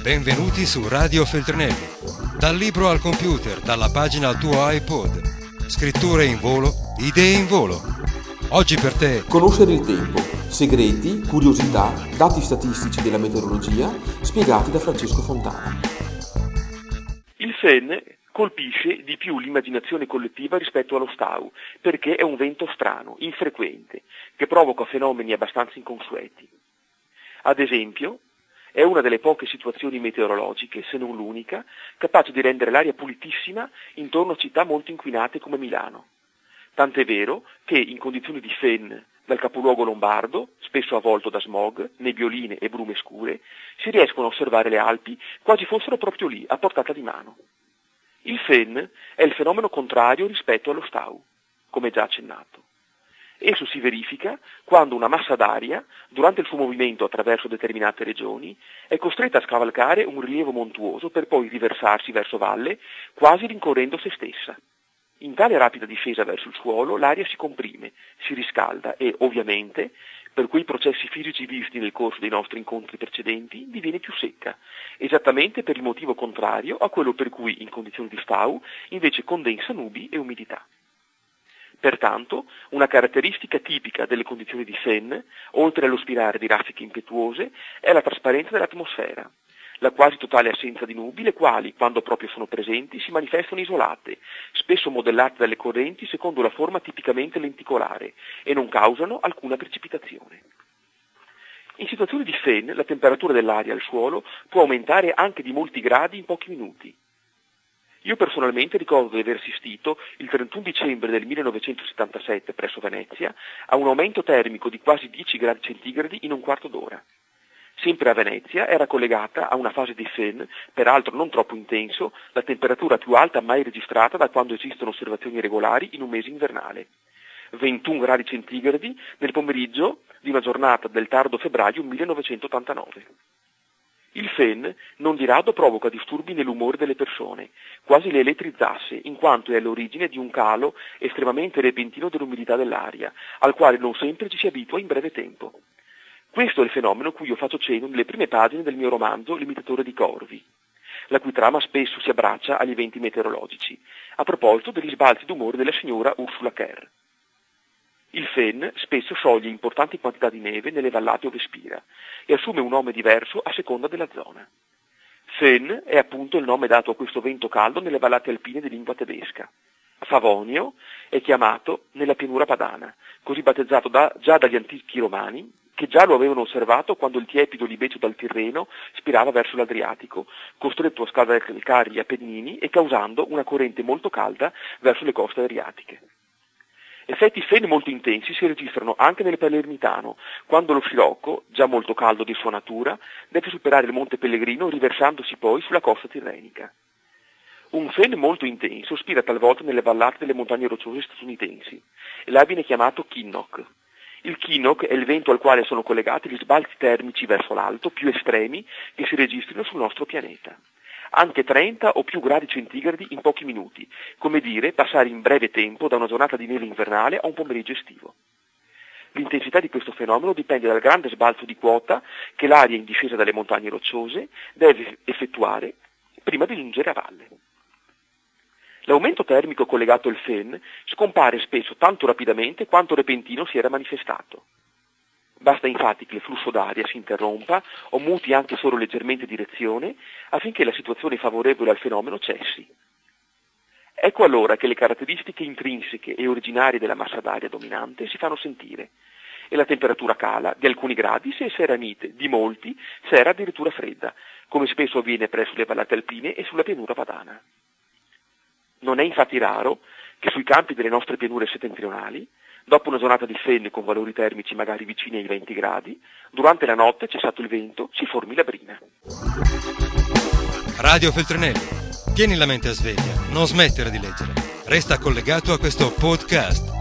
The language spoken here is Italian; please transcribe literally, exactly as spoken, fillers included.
Benvenuti su Radio Feltrinelli. Dal libro al computer, dalla pagina al tuo iPod. Scritture in volo, idee in volo. Oggi per te: conoscere il tempo, segreti, curiosità, dati statistici della meteorologia, spiegati da Francesco Fontana. Il F E N colpisce di più l'immaginazione collettiva rispetto allo Stau, perché è un vento strano, infrequente, che provoca fenomeni abbastanza inconsueti. Ad esempio, è una delle poche situazioni meteorologiche, se non l'unica, capace di rendere l'aria pulitissima intorno a città molto inquinate come Milano. Tant'è vero che in condizioni di F E N dal capoluogo lombardo, spesso avvolto da smog, nebbioline e brume scure, si riescono a osservare le Alpi quasi fossero proprio lì, a portata di mano. Il F E N è il fenomeno contrario rispetto allo Stau, come già accennato. Esso si verifica quando una massa d'aria, durante il suo movimento attraverso determinate regioni, è costretta a scavalcare un rilievo montuoso per poi riversarsi verso valle, quasi rincorrendo se stessa. In tale rapida discesa verso il suolo l'aria si comprime, si riscalda e, ovviamente, per quei processi fisici visti nel corso dei nostri incontri precedenti, diviene più secca, esattamente per il motivo contrario a quello per cui, in condizioni di Stau, invece condensa nubi e umidità. Pertanto, una caratteristica tipica delle condizioni di F E N, oltre allo spirare di raffiche impetuose, è la trasparenza dell'atmosfera, la quasi totale assenza di nubi, le quali, quando proprio sono presenti, si manifestano isolate, spesso modellate dalle correnti secondo la forma tipicamente lenticolare, e non causano alcuna precipitazione. In situazioni di F E N, la temperatura dell'aria al suolo può aumentare anche di molti gradi in pochi minuti. Io personalmente ricordo di aver assistito il trentuno dicembre del millenovecentosettantasette presso Venezia a un aumento termico di quasi dieci gradi centigradi in un quarto d'ora. Sempre a Venezia era collegata a una fase di F E N, peraltro non troppo intenso, la temperatura più alta mai registrata da quando esistono osservazioni regolari in un mese invernale. ventuno gradi centigradi nel pomeriggio di una giornata del tardo febbraio millenovecentottantanove. Il F E N non di rado provoca disturbi nell'umore delle persone, quasi le elettrizzasse, in quanto è all'origine di un calo estremamente repentino dell'umidità dell'aria, al quale non sempre ci si abitua in breve tempo. Questo è il fenomeno cui io faccio cenno nelle prime pagine del mio romanzo L'imitatore di corvi, la cui trama spesso si abbraccia agli eventi meteorologici, a proposito degli sbalzi d'umore della signora Ursula Kerr. Il F E N spesso scioglie importanti quantità di neve nelle vallate ove spira e assume un nome diverso a seconda della zona. F E N è appunto il nome dato a questo vento caldo nelle vallate alpine di lingua tedesca. Favonio è chiamato nella pianura padana, così battezzato da, già dagli antichi romani, che già lo avevano osservato quando il tiepido libeccio dal Tirreno spirava verso l'Adriatico, costretto a scavalcare gli Appennini e causando una corrente molto calda verso le coste adriatiche. Effetti F E N molto intensi si registrano anche nel Palermitano, quando lo scirocco, già molto caldo di sua natura, deve superare il Monte Pellegrino riversandosi poi sulla costa tirrenica. Un F E N molto intenso spira talvolta nelle vallate delle montagne rocciose statunitensi, e là viene chiamato Kinnock. Il Kinnock è il vento al quale sono collegati gli sbalzi termici verso l'alto più estremi che si registrino sul nostro pianeta. Anche trenta o più gradi centigradi in pochi minuti, come dire passare in breve tempo da una giornata di neve invernale a un pomeriggio estivo. L'intensità di questo fenomeno dipende dal grande sbalzo di quota che l'aria in discesa dalle montagne rocciose deve effettuare prima di giungere a valle. L'aumento termico collegato al F E N scompare spesso tanto rapidamente quanto repentino si era manifestato. Basta infatti che il flusso d'aria si interrompa o muti anche solo leggermente direzione affinché la situazione favorevole al fenomeno cessi. Ecco allora che le caratteristiche intrinseche e originarie della massa d'aria dominante si fanno sentire e la temperatura cala di alcuni gradi se era mite, di molti se era addirittura fredda, come spesso avviene presso le vallate alpine e sulla pianura padana. Non è infatti raro che sui campi delle nostre pianure settentrionali, dopo una giornata di F E N con valori termici magari vicini ai venti gradi, durante la notte, cessato il vento, si formi la brina. Radio Feltrinelli. Tieni la mente a sveglia, non smettere di leggere. Resta collegato a questo podcast.